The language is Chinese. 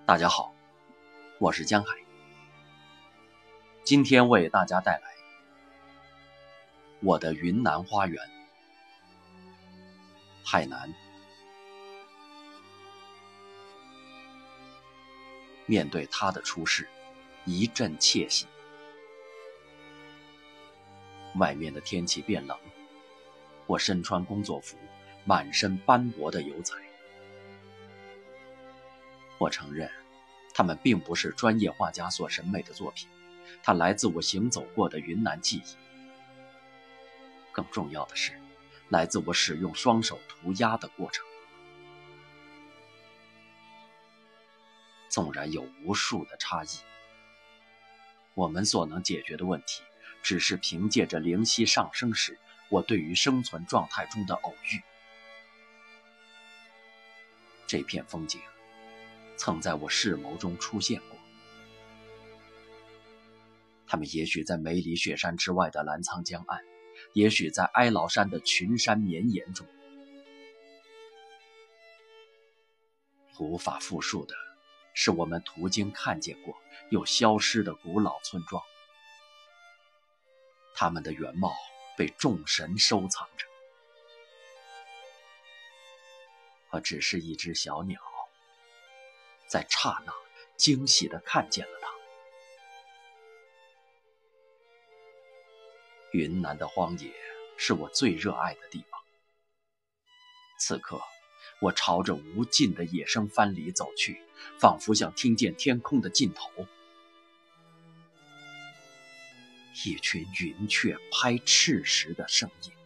大家好，我是江海，今天为大家带来我的云南花园。海南，面对他的出世，一阵窃喜。外面的天气变冷，我身穿工作服，满身斑驳的油彩。我承认，它们并不是专业画家所审美的作品，它来自我行走过的云南记忆。更重要的是，来自我使用双手涂鸦的过程。纵然有无数的差异，我们所能解决的问题，只是凭借着灵犀上升时我对于生存状态中的偶遇。这片风景曾在我视眸中出现过，它们也许在梅里雪山之外的澜沧江岸，也许在哀牢山的群山绵延中。无法复述的是我们途经看见过又消失的古老村庄，它们的原貌被众神收藏着。我只是一只小鸟，在刹那惊喜地看见了它。云南的荒野是我最热爱的地方。此刻，我朝着无尽的野生藩篱走去，仿佛想听见天空的尽头。一群云雀拍翅时的声音。